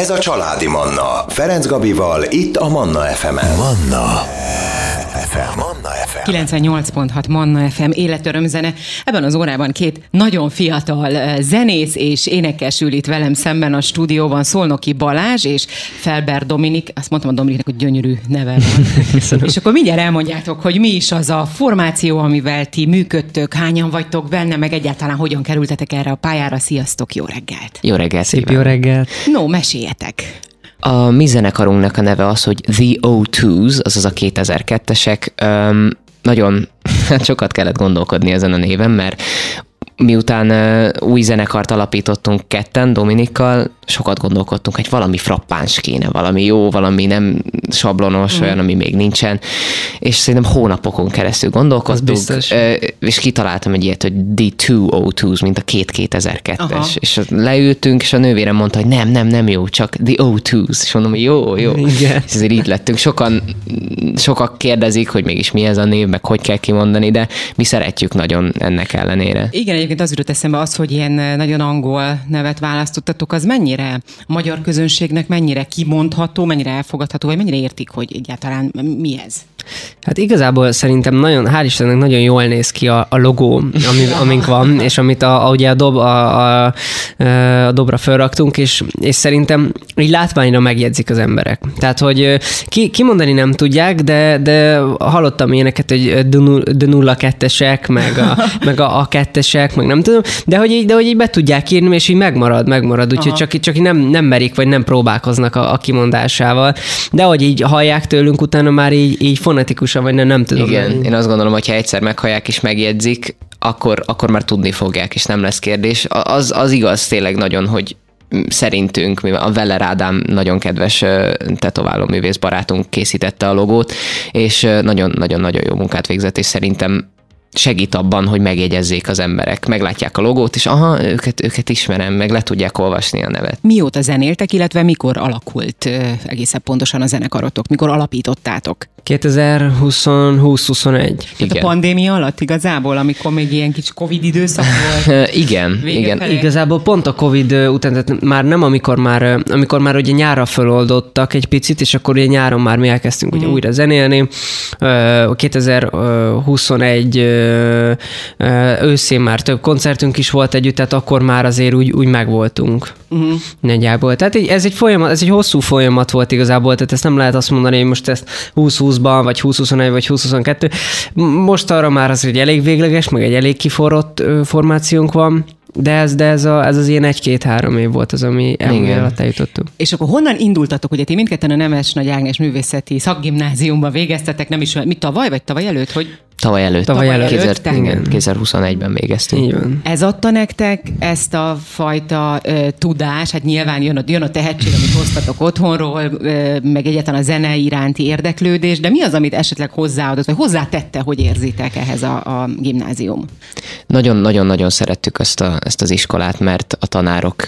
Ez a Családi Manna. Ferenc Gabival, itt a Manna FM-en. Manna FM. 98.6 Manna FM életörömzene. Ebben az órában két nagyon fiatal zenész és énekes ül itt velem szemben a stúdióban, Szolnoki Balázs és Felber Dominik. Azt mondtam a Dominiknek, hogy gyönyörű neve van. És akkor mindjárt elmondjátok, hogy mi is az a formáció, amivel ti működtök, hányan vagytok benne, meg egyáltalán hogyan kerültetek erre a pályára. Sziasztok, jó reggelt! Jó reggelt! Szép jó reggelt! No, meséljetek! A mi zenekarunknak a neve az, hogy The O2s, azaz a 2002-esek. Nagyon sokat kellett gondolkodni ezen a néven, mert miután új zenekart alapítottunk ketten, Dominikkal, sokat gondolkodtunk, hogy valami frappáns kéne, valami jó, valami nem sablonos, olyan, ami még nincsen. És szerintem hónapokon keresztül gondolkodtunk, és kitaláltam egy ilyet, hogy The Two O2s, mint a 2002-es. És leültünk, és a nővérem mondta, hogy nem jó, csak The O2s. És mondom, hogy jó. Igen. És ezért így lettünk. Sokak kérdezik, hogy mégis mi ez a név, meg hogy kell kimondani, de mi szeretjük nagyon ennek ellenére. Igen, egyébként az jutott eszembe az, hogy ilyen nagyon angol nevet választottatok, az mennyire a magyar közönségnek mennyire kimondható, mennyire elfogadható, vagy mennyire értik, hogy egyáltalán mi ez? Hát igazából szerintem nagyon, hál' Istennek nagyon jól néz ki a logó, amink van, és amit ugye a dobra felraktunk, és szerintem így látványra megjegyzik az emberek. Tehát, hogy kimondani nem tudják, de hallottam ilyeneket, hogy de 02-esek, meg a kettesek, meg nem tudom, de hogy így be tudják írni, és így megmarad, úgyhogy csak nem merik, vagy nem próbálkoznak a kimondásával. De hogy így hallják tőlünk, utána már így fonetikusan, vagy nem tudom. Igen, én azt gondolom, hogy ha egyszer meghallják és megjegyzik, akkor már tudni fogják, és nem lesz kérdés. Az igaz tényleg nagyon, hogy szerintünk, mivel a Weller Ádám nagyon kedves tetováló művész barátunk készítette a logót, és nagyon-nagyon jó munkát végzett, és szerintem segít abban, hogy megjegyezzék az emberek. Meglátják a logót, és őket ismerem, meg le tudják olvasni a nevet. Mióta zenéltek, illetve mikor alakult egészen pontosan a zenekarotok? Mikor alapítottátok? 2020-21. A pandémia alatt igazából, amikor még ilyen kicsi Covid időszak volt? Igen. Igazából pont a Covid után, tehát már nem amikor már ugye nyárra föloldottak egy picit, és akkor ugye nyáron már mi elkezdtünk ugye újra zenélni. 2021 őszén már több koncertünk is volt együtt, tehát akkor már azért úgy megvoltunk. Nagyjából. Tehát ez egy folyamat, ez egy hosszú folyamat volt igazából, tehát ezt nem lehet azt mondani, hogy most ezt 2020-ban, vagy 2021, vagy 2022. Most arra már az egy elég végleges, meg egy elég kiforrott formációnk van, de ez az ilyen 1-2-3 év volt az, ami alatt eljutottunk. És akkor honnan indultatok? Ugye ti mindketten a Nemes Nagy Ágnes Művészeti Szakgimnáziumban végeztetek, nem is mi tavaly, vagy tavaly előtt, hogy... Tavaly előtt. 2021-ben végeztünk. Így van. Ez adta nektek ezt a fajta tudást, hát nyilván jön a tehetség, amit hoztatok otthonról, meg egyáltalán a zene iránti érdeklődés, de mi az, amit esetleg hozzáadott, vagy hozzátette, hogy érzitek ehhez a gimnázium? Nagyon-nagyon szerettük ezt az iskolát, mert a tanárok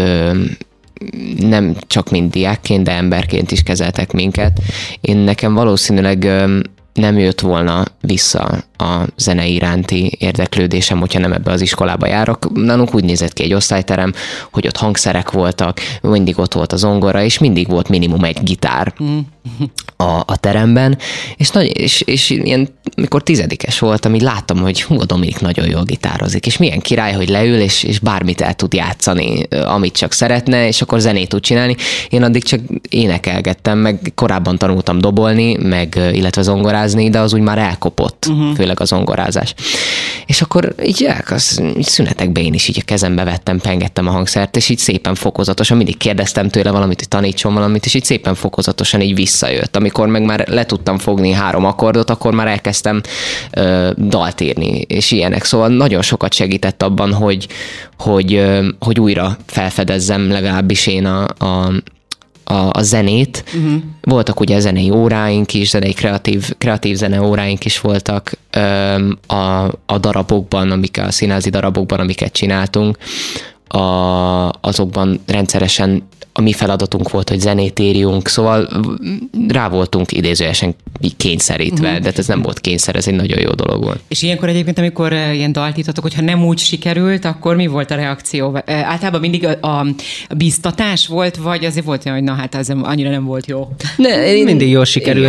nem csak mint diákként, de emberként is kezeltek minket. Nekem valószínűleg nem jött volna vissza a zene iránti érdeklődésem, hogyha nem ebbe az iskolába járok. Nálunk úgy nézett ki egy osztályterem, hogy ott hangszerek voltak, mindig ott volt a zongora, és mindig volt minimum egy gitár a teremben, és ilyen, mikor 10-es voltam, így láttam, hogy a Dominik nagyon jól gitározik, és milyen király, hogy leül, és bármit el tud játszani, amit csak szeretne, és akkor zenét tud csinálni. Én addig csak énekelgettem, meg korábban tanultam dobolni, illetve zongorázni, de az úgy már elkopott, főleg a zongorázás. És akkor így szünetekben én is így a kezembe vettem, pengettem a hangszert, és így szépen fokozatosan, mindig kérdeztem tőle valamit, hogy tanítson valamit, és így szépen fokozatosan így visszajött. Amikor meg már le tudtam fogni 3 akkordot, akkor már elkezdtem dalt írni, és ilyenek. Szóval nagyon sokat segített abban, hogy újra felfedezzem legalábbis én a zenét. Voltak ugye zenei óráink is, kreatív zene óráink is voltak a darabokban, a színházi darabokban, amiket csináltunk. Azokban rendszeresen a mi feladatunk volt, hogy zenét írjunk, szóval rá voltunk idézőesen kényszerítve, de ez nem volt kényszer, ez egy nagyon jó dolog volt. És ilyenkor egyébként, amikor ilyen dalt írtatok, hogyha nem úgy sikerült, akkor mi volt a reakció? Általában mindig a bíztatás volt, vagy azért volt olyan, hogy na hát az annyira nem volt jó? Mindig jól sikerült.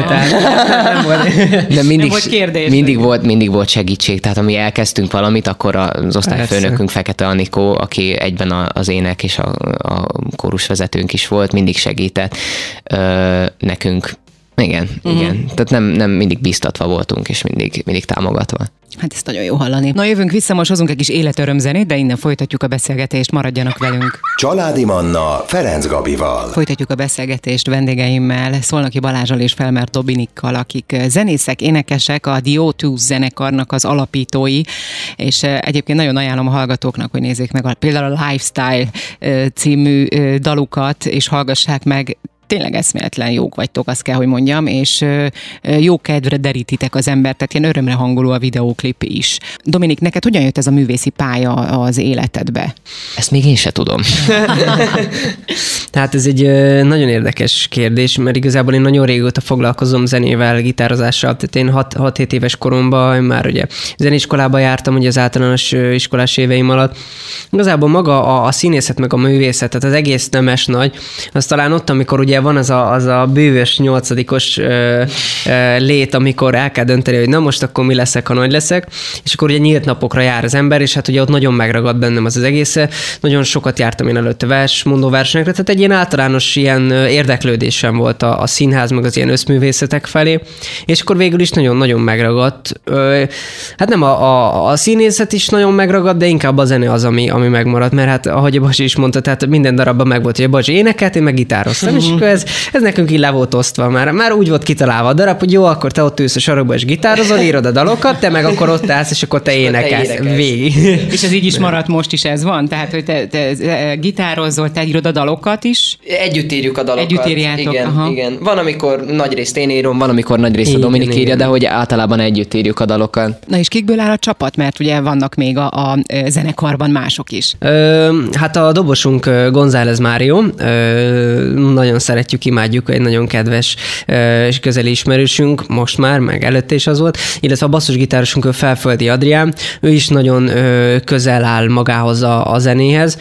De nem volt kérdés. Mindig volt segítség, tehát ami elkezdtünk valamit, akkor az osztályfőnökünk Fekete Anikó, aki egyben az ének és a kórusvezetőnk is volt, mindig segített nekünk. Igen. Tehát nem mindig biztatva voltunk, és mindig támogatva. Hát ezt nagyon jó hallani. Na jövünk vissza, most hozunk egy kis életörömzenét, de innen folytatjuk a beszélgetést, maradjanak velünk. Családi Manna Ferenc Gabival. Folytatjuk a beszélgetést vendégeimmel, Szolnoki Balázsal és Felmer Dominikkal, akik zenészek, énekesek, a The O2 zenekarnak az alapítói, és egyébként nagyon ajánlom a hallgatóknak, hogy nézzék meg például a Lifestyle című dalukat, és hallgassák meg. Tényleg eszméletlen jók vagytok, azt kell, hogy mondjam, és jó kedvre derítitek az embert, tehát ilyen örömre hangoló a videóklip is. Dominik, neked hogyan jött ez a művészi pálya az életedbe? Ezt még én se tudom. Hát ez egy nagyon érdekes kérdés, mert igazából én nagyon régóta foglalkozom zenével, gitározással, tehát én 6-7 éves koromban már ugye zeneiskolába jártam, ugye az általános iskolás éveim alatt. Igazából maga a színészet meg a művészet, tehát az egész nemes nagy, az talán ott, amikor ugye van az a bővös 8-os lét, amikor el kell dönteni, hogy na most akkor mi leszek, ha nagy leszek, és akkor ugye nyílt napokra jár az ember, és hát ugye ott nagyon megragad bennem az egész. Nagyon sokat jártam én előtte versmondó versenyekre, tehát egy ilyen általános ilyen érdeklődésem volt a színház, meg az ilyen összművészetek felé, és akkor végül is nagyon-nagyon megragadt. Hát nem a színészet is nagyon megragadt, de inkább a zene az, ami megmaradt, mert hát ahogy a Bacsi is mondta, tehát minden darabban meg volt, hogy a Bacsi énekelt, én meg gitároztam, és ez nekünk így le volt osztva már úgy volt kitalálva a darab, hogy jó, akkor te ott ülsz a sarokba és gitározol, írod a dalokat, te meg akkor ott állsz, és akkor te énekelsz végig. És ez így is maradt, most is ez van? Tehát, hogy te gitározol, te írod a dalokat is? Együtt írjuk a dalokat. Együtt írjátok, igen. Van, amikor nagyrészt én írom, van, amikor nagyrészt a Dominik írja, de hogy általában együtt írjuk a dalokat. Na és kikből áll a csapat? Mert ugye vannak még a zenekarban mások is. Hát a dobosunk González Mário, nagyon szeretjük, imádjuk, egy nagyon kedves és közeli ismerősünk, most már, meg előtte is az volt, illetve a basszusgitárosunk Felföldi Adrián, ő is nagyon közel áll magához a zenéhez.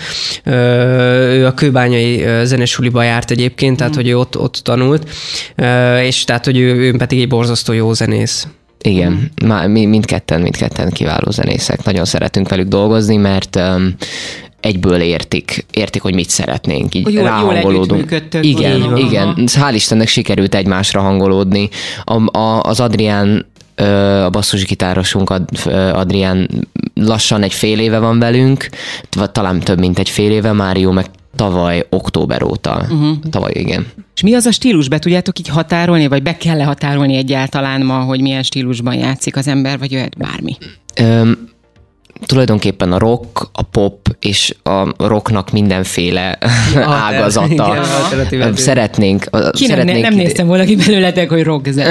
Ő a kőbányai zenesuliba járt egyébként, tehát hogy ő ott tanult, és tehát hogy ő pedig egy borzasztó jó zenész. Igen, mindketten kiváló zenészek. Nagyon szeretünk velük dolgozni, mert egyből értik, hogy mit szeretnénk, így ráhangolódunk. Igen. Hál' Istennek sikerült egymásra hangolódni. Az Adrián, a basszusgitárosunk Adrián lassan egy fél éve van velünk, talán több mint egy fél éve, Mário meg tavaly október óta. Tavaly, igen. És mi az a stílus? Be tudjátok így határolni, vagy be kell határolni egyáltalán ma, hogy milyen stílusban játszik az ember, vagy jöhet bármi? Tulajdonképpen a rock, a pop és a rocknak mindenféle ágazata. Szeretnénk... Nem néztem volna ki belőletek, hogy rock zene.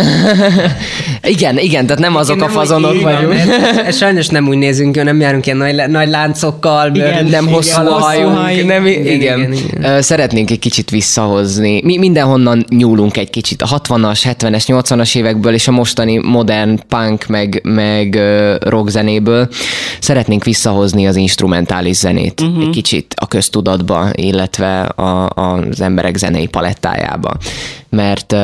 Igen, tehát nem azok a fazonok vagyunk. Sajnos nem úgy nézünk, nem járunk ilyen nagy láncokkal, nem hosszú a hajunk. Igen. Szeretnénk egy kicsit visszahozni. Mi mindenhonnan nyúlunk egy kicsit. A 60-as, 70-es, 80-as évekből és a mostani modern punk meg rock zenéből. Szeretnénk visszahozni az instrumentális zenét egy kicsit a köztudatba, illetve az emberek zenei palettájába. Mert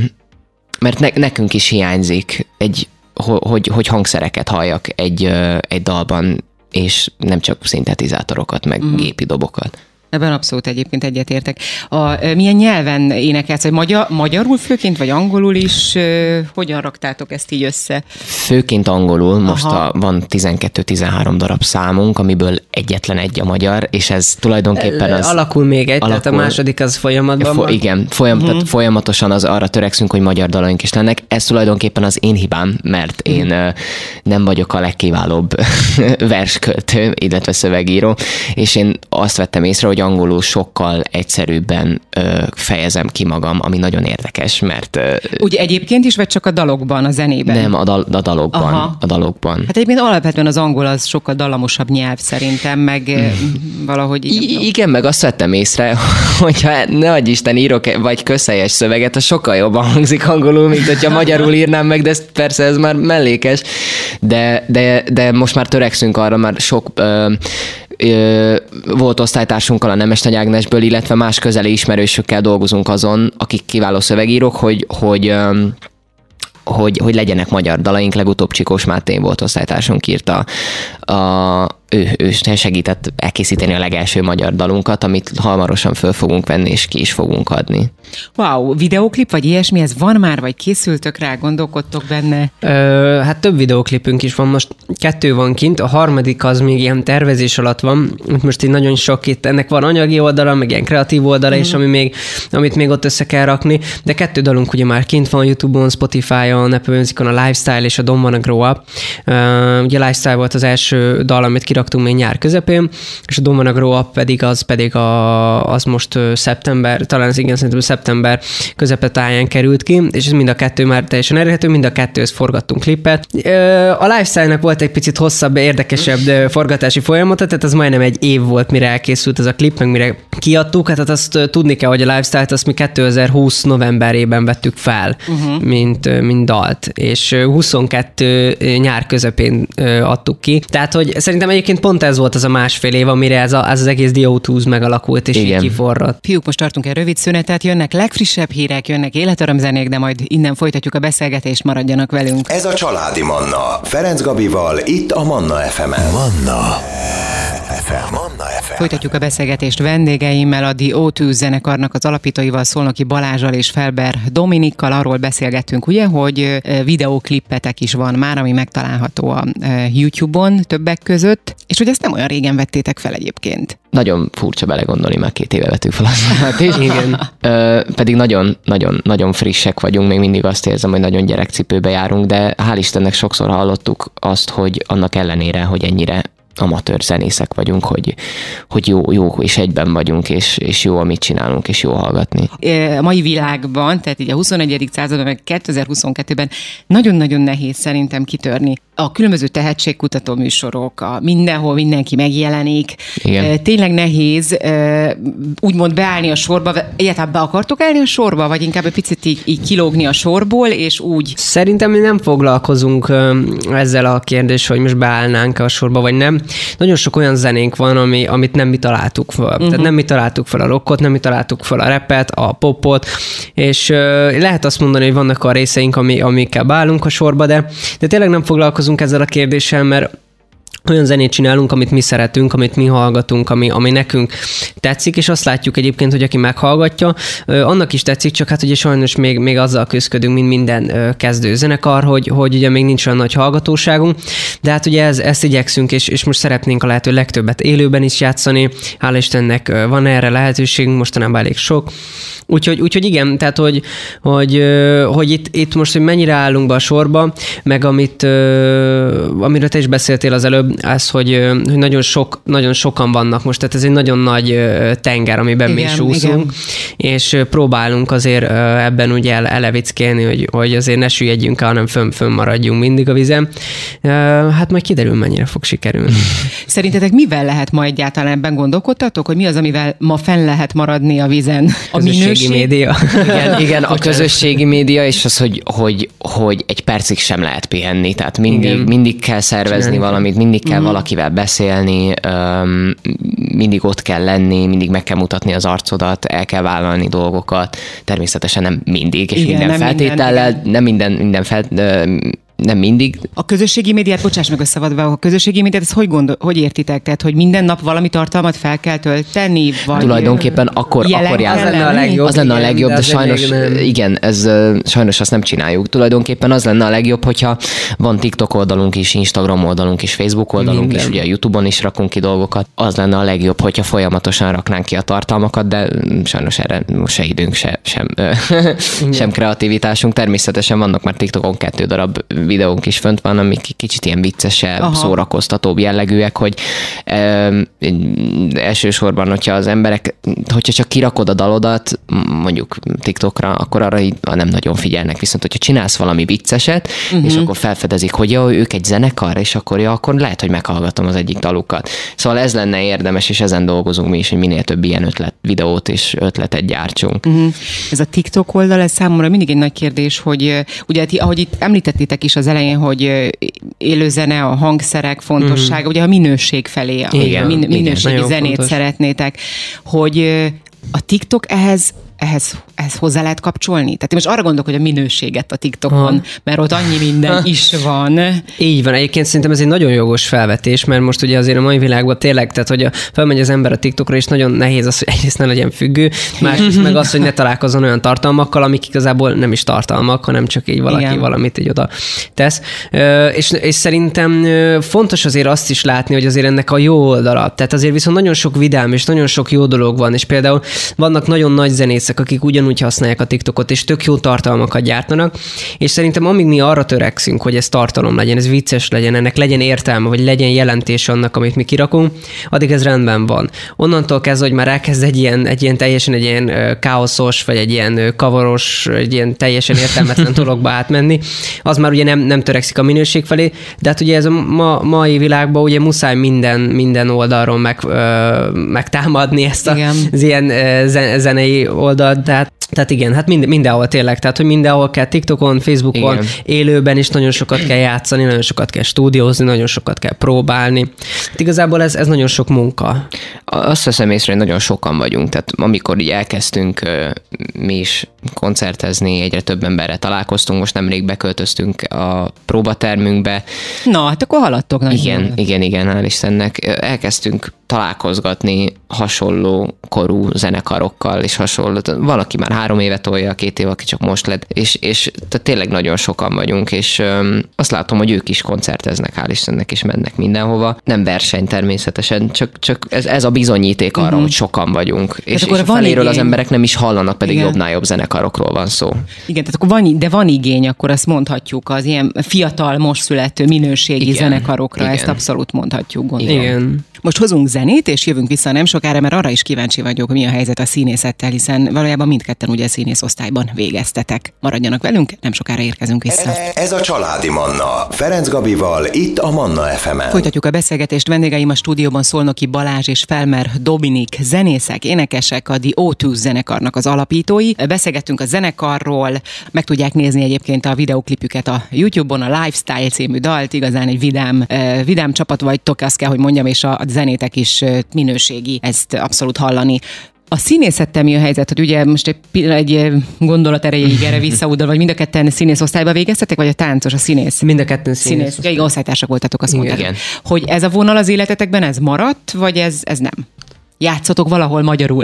nekünk is hiányzik, hogy hangszereket halljak egy dalban, és nem csak szintetizátorokat, meg gépi dobokat. Ebben abszolút egyébként egyetértek. Milyen nyelven énekelsz? Magyarul főként, vagy angolul is? Hogyan raktátok ezt így össze? Főként angolul. Most van 12-13 darab számunk, amiből egyetlen egy a magyar, és ez tulajdonképpen az... Alakul még egy, tehát a második az folyamatban van. Igen, folyamatosan arra törekszünk, hogy magyar dalaink is lennek. Ez tulajdonképpen az én hibám, mert én nem vagyok a legkiválóbb versköltő, illetve szövegíró, és én azt vettem észre, hogy hogy angolul sokkal egyszerűbben fejezem ki magam, ami nagyon érdekes, mert... Ugye egyébként is, vagy csak a dalokban, a zenében? Nem, a dalokban. Aha. A dalokban. Hát egyébként alapvetően az angol az sokkal dallamosabb nyelv szerintem, meg valahogy... Igen, meg azt vettem észre, hogyha ne adj Isten írok vagy közhelyes szöveget, az sokkal jobban hangzik angolul, mint hogyha magyarul írnám meg, de persze ez már mellékes, de most már törekszünk arra, már sok volt osztálytársunkkal a Nemesnagy Ágnesből, illetve más közeli ismerősökkel dolgozunk azon, akik kiváló szövegírók, hogy legyenek magyar dalaink. Legutóbb Csikós Máté volt osztálytársunk, írta ő segített elkészíteni a legelső magyar dalunkat, amit hamarosan föl fogunk venni, és ki is fogunk adni. Wow, videóklip vagy ilyesmi, ez van már, vagy készültök rá, gondolkodtok benne? Hát több videóklipünk is van, most 2 van kint, a harmadik az még ilyen tervezés alatt van, most így nagyon sok itt, ennek van anyagi oldala, meg ilyen kreatív oldala is, amit még ott össze kell rakni, de 2 dalunk ugye már kint van YouTube-on, Spotify-on, Apple Musicon, a Lifestyle és a Don't Wanna Grow Up. Ugye Lifestyle volt az első dal, amit kiraktunk még nyár közepén, és a Don't Wanna Grow Up pedig az most szeptember, talán igen, szerintem szeptember közepetáján került ki, és ez mind a 2 már teljesen elérhető, mind a 2-höz forgattunk klipet. A Lifestyle-nek volt egy picit hosszabb, érdekesebb forgatási folyamata, tehát az majdnem 1 év volt, mire elkészült ez a klip, meg mire kiadtuk, hát azt tudni kell, hogy a Lifestyle-t azt mi 2020 novemberében vettük fel, mint dalt, és 22 nyár közepén adtuk ki. Tehát, hogy szerintem egyébként pont ez volt az a 1,5 év, amire ez az egész Diótúz megalakult, és így kiforrott. Fiúk, most tartunk egy rövid szünetet, jönnek legfrissebb hírek, jönnek életörömzenék, de majd innen folytatjuk a beszélgetést, maradjanak velünk. Ez a Családi Manna. Ferenc Gabival, itt a Manna FM-en. Manna FM. Folytatjuk a beszélgetést vendégeimmel, a The O2 zenekarnak az alapítóival, Szolnoki Balázsal és Felber Dominikkal. Arról beszélgettünk, ugye, hogy videóklippetek is van már, ami megtalálható a YouTube-on többek között, és hogy ezt nem olyan régen vettétek fel egyébként. Nagyon furcsa belegondolni, már 2 éve vettük fel azt. Igen. Pedig nagyon frissek vagyunk, még mindig azt érzem, hogy nagyon gyerekcipőbe járunk, de hál' Istennek sokszor hallottuk azt, hogy annak ellenére, hogy ennyire amatőr zenészek vagyunk, hogy jó és egyben vagyunk, és jó, amit csinálunk, és jó hallgatni. A mai világban, tehát így a 21. században, meg 2022-ben nagyon-nagyon nehéz szerintem kitörni. A különböző tehetségkutató műsorok, mindenhol mindenki megjelenik. Igen. Tényleg nehéz úgymond beállni a sorba. Egyáltalán be akartok állni a sorba, vagy inkább egy picit így kilógni a sorból, és úgy? Szerintem mi nem foglalkozunk ezzel a kérdés, hogy most beállnánk a sorba, vagy nem. Nagyon sok olyan zenénk van, amit nem mi találtuk fel. Tehát nem mi találtuk fel a rockot, nem mi találtuk fel a rapet, a popot, és lehet azt mondani, hogy vannak a részeink, amikkel beállunk a sorba, de tényleg nem foglalkozunk ezzel a kérdéssel, mert olyan zenét csinálunk, amit mi szeretünk, amit mi hallgatunk, ami nekünk tetszik, és azt látjuk egyébként, hogy aki meghallgatja, annak is tetszik, csak hát ugye sajnos még azzal küzdködünk, mint minden kezdő zenekar, hogy ugye még nincs olyan nagy hallgatóságunk, de hát ugye ezt igyekszünk, és most szeretnénk a lehető legtöbbet élőben is játszani, hála Istennek van erre lehetőségünk, mostanában elég sok. Úgyhogy igen, tehát hogy itt most, hogy mennyire állunk be a sorba, meg amiről te is beszéltél az előbb, az, hogy nagyon sokan vannak most, tehát ez egy nagyon nagy tenger, amiben mi is úszunk, és próbálunk azért ebben ugye elevickélni, hogy azért ne süllyedjünk el, hanem fönn maradjunk mindig a vizen. Hát majd kiderül, mennyire fog sikerülni. Szerintetek mivel lehet ma egyáltalán, ebben gondolkodtatok, hogy mi az, amivel ma fenn lehet maradni a vizen? A közösségi média. Igen, a közösségi média, és az, hogy egy percig sem lehet pihenni, tehát mindig kell szervezni valamit, mindig kell valakivel beszélni, mindig ott kell lenni, mindig meg kell mutatni az arcodat, el kell vállalni dolgokat, természetesen nem mindig, és minden feltétellel, nem mindig. A közösségi médiát, bocsáss meg összevadva, a közösségi médiát, ezt hogy értitek? Tehát, hogy minden nap valami tartalmat fel kell tölteni? Vagy tulajdonképpen akkor az lenne a legjobb, de sajnos, igen, sajnos azt nem csináljuk. Tulajdonképpen az lenne a legjobb, hogyha van TikTok oldalunk is, Instagram oldalunk is, Facebook oldalunk is, ugye a YouTube-on is rakunk ki dolgokat. Az lenne a legjobb, hogyha folyamatosan raknánk ki a tartalmakat, de sajnos erre se időnk, sem kreativitásunk. Természetesen vannak már TikTokon 2 darab videónk is fönt van, amik kicsit ilyen viccesebb, szórakoztatóbb jellegűek, hogy elsősorban, hogyha az emberek, hogyha csak kirakod a dalodat, mondjuk TikTokra, akkor arra nem nagyon figyelnek, viszont hogyha csinálsz valami vicceset, és akkor felfedezik, hogy ők egy zenekar, és akkor lehet, hogy meghallgatom az egyik dalukat. Szóval ez lenne érdemes, és ezen dolgozunk mi is, hogy minél több ilyen videót és ötletet gyártsunk. Ez a TikTok oldal, ez számomra mindig egy nagy kérdés, hogy ugye, ahogy itt említettétek is az elején, hogy élőzene, a hangszerek fontossága, ugye a minőség felé, a minőségi zenét fontos. Szeretnétek, hogy a TikTok ehhez hozzá lehet kapcsolni? Tehát én most arra gondolok, hogy a minőséget a TikTokon, mert ott annyi minden is van. Így van, egyébként szerintem ez egy nagyon jogos felvetés, mert most ugye azért a mai világban tényleg, tehát hogy felmegy az ember a TikTokra, és nagyon nehéz az, hogy egyrészt ne legyen függő, másrészt meg az, hogy ne találkozzon olyan tartalmakkal, amik igazából nem is tartalmak, hanem csak így valaki valamit így oda tesz. És szerintem fontos azért azt is látni, hogy azért ennek a jó oldala. Tehát azért viszont nagyon sok vidám és nagyon sok jó dolog van, és például vannak nagyon nagy zenészek, akik ugyanúgy használják a TikTokot, és tök jó tartalmakat gyártanak, és szerintem amíg mi arra törekszünk, hogy ez tartalom legyen, ez vicces legyen, ennek legyen értelme, vagy legyen jelentés annak, amit mi kirakunk, addig ez rendben van. Onnantól kezdve, hogy már elkezd egy ilyen teljesen egy ilyen káoszos, vagy egy ilyen kavaros, egy ilyen teljesen értelmetlen dologba átmenni, az már ugye nem törekszik a minőség felé, de hát ugye ez a mai világban ugye muszáj minden oldalról megtámadni ezt az ilyen zenei oldalt, tehát igen, hát mindenhol tényleg, tehát hogy mindenhol kell TikTokon, Facebookon, élőben is nagyon sokat kell játszani, nagyon sokat kell stúdiózni, nagyon sokat kell próbálni. Hát igazából ez nagyon sok munka. Azt veszem észre, hogy nagyon sokan vagyunk, tehát amikor így elkezdtünk mi is koncertezni, egyre több emberrel találkoztunk, most nemrég beköltöztünk a próbatermünkbe. Na, hát akkor haladtok nagyon. Igen, hál' Istennek. Elkezdtünk találkozgatni hasonló korú zenekarokkal, és hasonló. Valaki már 3 éve tolja, 2 év, aki csak most lett, és tehát tényleg nagyon sokan vagyunk, és azt látom, hogy ők is koncerteznek, hál' Istennek, és mennek mindenhova. Nem verseny természetesen, csak ez a bizonyíték arra, hogy sokan vagyunk. És a feléről az emberek nem is hallanak, pedig jobbnál jobb zenekarokról van szó. Igen, tehát akkor van igény, akkor azt mondhatjuk az ilyen fiatal, most születő minőségi zenekarokra, ezt abszolút mondhatjuk, gondolom. Igen. Most hozunk zenét, és jövünk vissza nem sokára, mert arra is kíváncsi vagyok, hogy mi a helyzet a színészettel, hiszen valójában mindketten ugye színészosztályban végeztetek. Maradjanak velünk, nem sokára érkezünk vissza. Ez a Családi Manna. Ferenc Gabival, itt a Manna FM-en. Folytatjuk a beszélgetést. Vendégeim a stúdióban Szolnoki Balázs és Felmer Dominik, zenészek, énekesek, a The O2 zenekarnak az alapítói. Beszélgettünk a zenekarról, meg tudják nézni egyébként a videoklipüket a YouTube-on, a Lifestyle című dalt, igazán egy vidám csapat vagytok, azt kell, hogy mondjam, és a zenétek is minőségi, ezt abszolút hallani. A színészettel mi a helyzet, hogy ugye most egy gondolat erejéig erre visszaudol, vagy mind a ketten színészosztályba végeztetek, vagy a táncos, a színész? Mind a ketten színész. Igen, osztálytársak voltatok, azt mondtad. Hogy ez a vonal az életetekben, ez maradt, vagy ez nem? Játszotok valahol magyarul?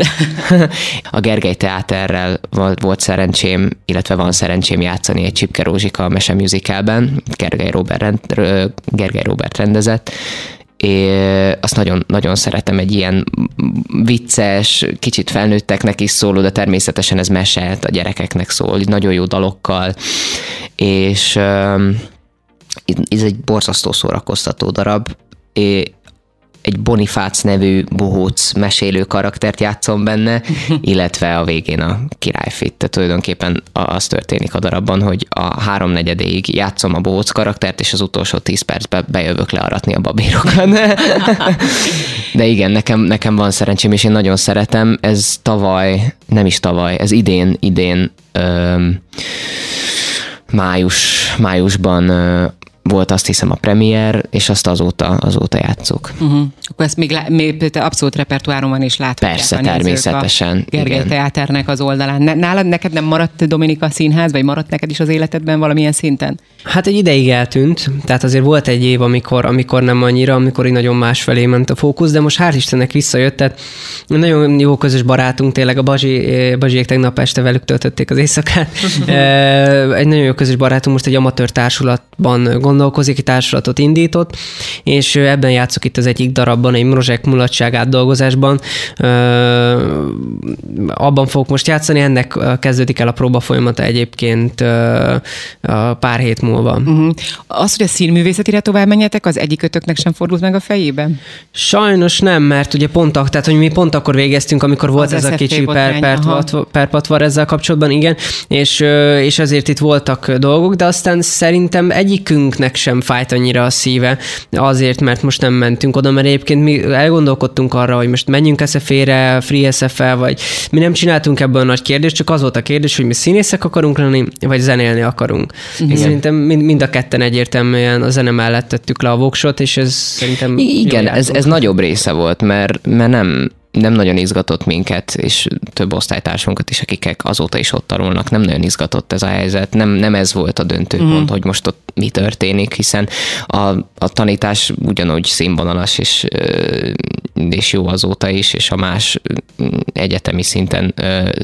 A Gergely Teáterrel volt szerencsém, illetve van szerencsém játszani egy Csipke Rózsika mesemusicalben, Gergely Róbert rendezett, azt nagyon, nagyon szeretem, egy ilyen vicces, kicsit felnőtteknek is szóló, de természetesen ez mese, a gyerekeknek szól, nagyon jó dalokkal, és ez egy borzasztó szórakoztató darab. Egy Bonifác nevű bohóc mesélő karaktert játszom benne, illetve a végén a királyfit. Tehát tulajdonképpen az történik a darabban, hogy a 3/4-ig játszom a bohóc karaktert, és az utolsó 10 percben bejövök learatni a babérokat. De igen, nekem van szerencsém, és én nagyon szeretem. Ez ez idén májusban volt, azt hiszem, a premier, és azt azóta játszok. Akkor ezt még abszolút repertoáron van, és láthatják. Persze, természetesen. A Gergely Teáternek az oldalán. Nálad neked nem maradt, Dominika, színház, vagy maradt neked is az életedben valamilyen szinten? Hát egy ideig eltűnt, tehát azért volt egy év, amikor nem annyira, amikor így nagyon másfelé ment a fókusz, de most hál' Istennek visszajött, tehát nagyon jó közös barátunk, tényleg a Bazsiék tegnap este velük töltötték az éjszakát. Egy nagyon jó közös barátunk most egy amatőr társulatban gondolkozik, társulatot indított, és ebben játszok itt az egyik darabban, egy Mrozsek mulatság átdolgozásban. Abban fogok most játszani, ennek kezdődik el a próba folyamata egyébként pár hét múlva. Az, hogy a színművészetire tovább menjetek, az egyikötöknek sem fordult meg a fejében? Sajnos nem, mert ugye tehát hogy mi pont akkor végeztünk, amikor volt az ez a kicsi perpatvar ezzel kapcsolatban, igen, és azért itt voltak dolgok, de aztán szerintem egyikünknek sem fájt annyira a szíve, azért, mert most nem mentünk oda, mert egyébként mi elgondolkodtunk arra, hogy most menjünk SF-re, Free SF-el, vagy mi nem csináltunk ebből a nagy kérdést, csak az volt a kérdés, hogy mi színészek akarunk lenni, vagy zenélni akarunk. És szerintem mind a ketten egyértelműen a zene mellett tettük le a voksot, és ez szerintem... Igen, ez nagyobb része volt, mert nem nagyon izgatott minket, és több osztálytársunkat is, akik azóta is ott tanulnak, nem nagyon izgatott ez a helyzet. Nem ez volt a döntőpont, hogy most ott mi történik, hiszen a tanítás ugyanúgy színvonalas, és jó azóta is, és a más egyetemi szinten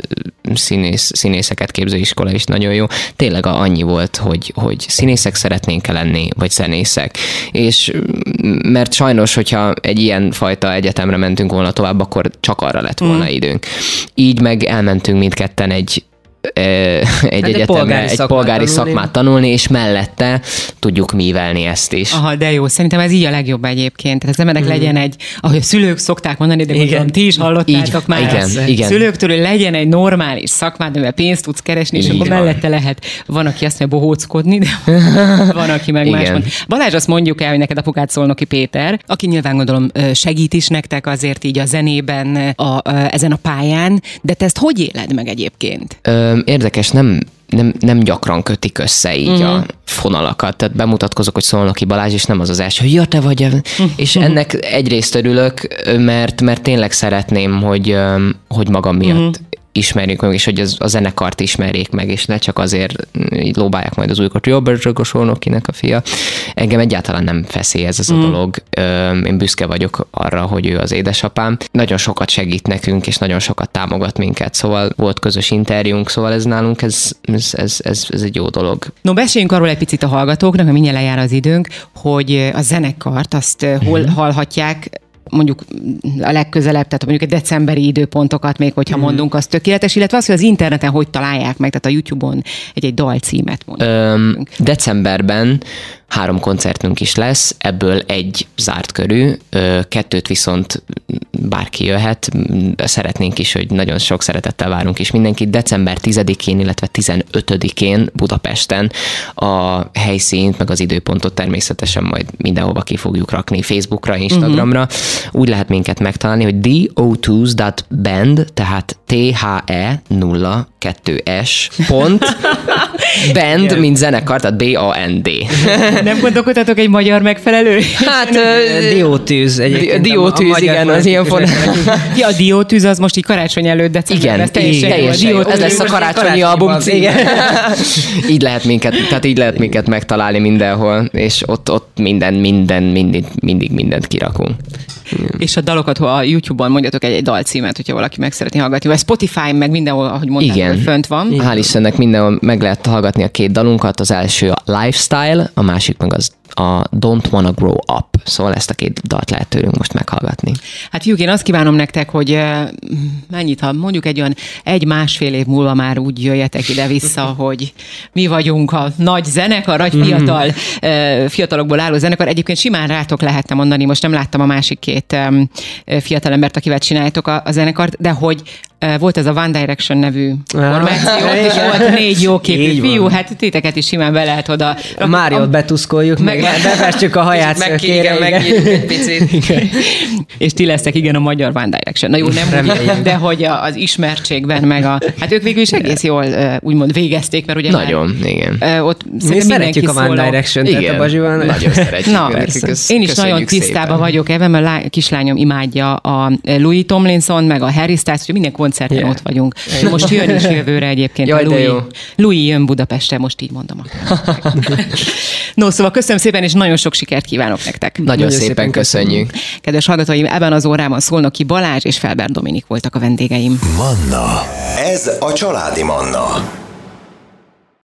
színészeket képző iskola is nagyon jó. Tényleg annyi volt, hogy színészek szeretnénk lenni, vagy zenészek. És mert sajnos, hogyha egy ilyen fajta egyetemre mentünk volna tovább, akkor csak arra lett volna időnk. Így meg elmentünk mindketten egy egyetemre, egy polgári szakmát tanulni, és mellette tudjuk mívelni ezt is. Aha, de jó, szerintem ez így a legjobb egyébként. Tehát az embernek legyen egy, ahogy a szülők szokták mondani, de gondolom, ti is hallottátok már. Igen. Szülőktől, hogy legyen egy normális szakmád, amivel pénzt tudsz keresni, és akkor mellette lehet. Van, aki azt mondja, bohóckodni, de van, aki meg más mond. Balázs, azt mondjuk el, hogy neked apukád Szolnoki Péter, aki nyilván gondolom segít is nektek azért így a zenében, ezen a pályán, de te ezt hogy éled meg egyébként? Érdekes, nem gyakran kötik össze így a fonalakat. Tehát bemutatkozok, hogy Szolnoki Balázs, és nem az első, hogy ja, te vagy. És ennek egyrészt örülök, mert tényleg szeretném, hogy magam miatt ismerjük meg, és hogy a zenekart ismerjék meg, és ne csak azért így lóbálják majd az újkot, hogy a Szolnokinek a fia. Engem egyáltalán nem feszélyez ez a dolog. Én büszke vagyok arra, hogy ő az édesapám. Nagyon sokat segít nekünk, és nagyon sokat támogat minket, szóval volt közös interjúnk, szóval ez nálunk ez egy jó dolog. No, beszéljünk arról egy picit a hallgatóknak, mert mindjárt lejár az időnk, hogy a zenekart azt hol hallhatják, mondjuk a legközelebb, tehát mondjuk egy decemberi időpontokat még, hogyha mondunk, az tökéletes, illetve az, hogy az interneten hogy találják meg, tehát a YouTube-on egy dalcímet mondjuk. Decemberben 3 koncertünk is lesz, ebből egy zárt körű, 2 viszont bárki jöhet. Szeretnénk is, hogy nagyon sok szeretettel várunk is mindenkit. December 10-én, illetve 15-én Budapesten a helyszínt, meg az időpontot természetesen majd mindenhova ki fogjuk rakni, Facebookra, Instagramra. Úgy lehet minket megtalálni, hogy the02s.band, tehát THE02s.band, mint zenekar, tehát B-A-N-D. Nem gondolkodtatok egy magyar megfelelő? Hát Diótűz egyébként. Diótűz, igen, az ilyen Ja, a Diótűz az most így karácsony előtt decemberben. Igen, teljesen. Ez lesz a karácsonyi album címe. Így lehet minket megtalálni mindenhol, és ott mindig mindent kirakunk. És a dalokat, a YouTube-on mondjatok egy dalcímet, hogyha valaki meg szeretné hallgatni, vagy Spotify, meg mindenhol, ahogy mondtad, hogy fönt van. Hál' Istennek mindenhol meg lehet hallgatni a 2 dalunkat, az első a Lifestyle, a másik meg az a Don't Wanna Grow Up. Szóval ezt a 2 dalt lehet tőlünk most meghallgatni. Hát fiúk, én azt kívánom nektek, hogy mennyit, ha mondjuk egy olyan 1-1,5 év múlva már úgy jöjjetek ide-vissza, hogy mi vagyunk a nagy zenekar, nagy fiatalokból álló zenekar. Egyébként simán rátok lehetne mondani, most nem láttam a másik 2 fiatalembert, akivel csináljátok a zenekart, de hogy volt ez a One Direction nevű formáció, és volt 4 jóképű fiú, hát titeket is simán be lehet oda. Máriót betuszkoljuk, meg befestjük a haját szökére. Egy picit. És ti lesztek, igen, a magyar One Direction. Na jó, nem úgy, de hogy az ismertségben, meg hát ők végül is egész jól úgymond végezték, mert ugye nagyon, igen. Ott mi szeretjük a One Direction, tehát a Bazsival. Nagyon szeretjük. Na, én is nagyon tisztában vagyok ebben, mert a kislányom imádja a Louis Tomlinson, meg a Harry Styles, hogy minden koncerten ott vagyunk. Most jön is jövőre egyébként. Jaj, Louis jön Budapestre, most így mondom. No, szóval köszönöm szépen, és nagyon sok sikert kívánok nektek. Nagyon szépen köszönjük. Kedves hallgatóim, ebben az órában Szolnoki Balázs és Felber Dominik voltak a vendégeim. Manna. Ez a családi Manna.